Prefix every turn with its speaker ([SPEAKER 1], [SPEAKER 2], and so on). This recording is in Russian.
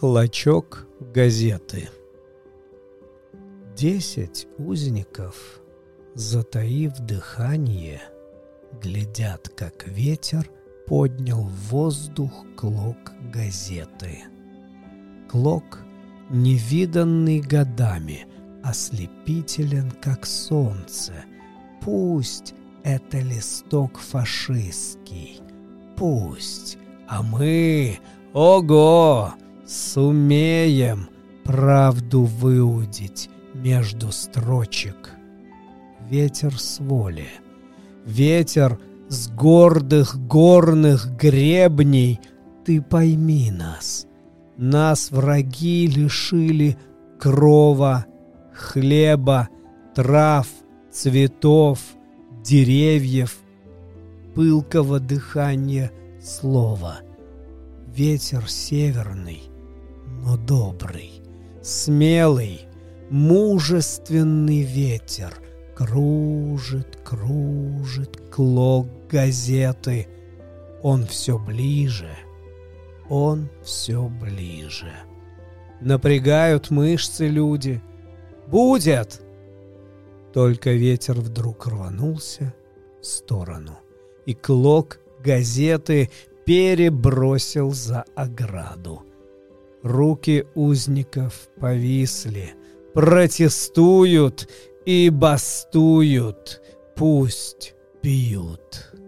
[SPEAKER 1] Клочок газеты. 10 узников, затаив дыхание, глядят, как ветер поднял в воздух клок газеты. Клок, невиданный годами, ослепителен, как солнце. Пусть это листок фашистский, пусть, а мы, ого, сумеем правду выудить между строчек. Ветер с воли, ветер с гордых горных гребней, ты пойми нас. Нас враги лишили крова, хлеба, трав, цветов, деревьев, пылкого дыхания слова. Ветер северный, но добрый, смелый, мужественный ветер кружит, кружит клок газеты. Он все ближе, он все ближе. Напрягают мышцы люди. Будет! Только ветер вдруг рванулся в сторону, и клок газеты перебросил за ограду. Руки узников повисли, протестуют и бастуют, пусть пьют.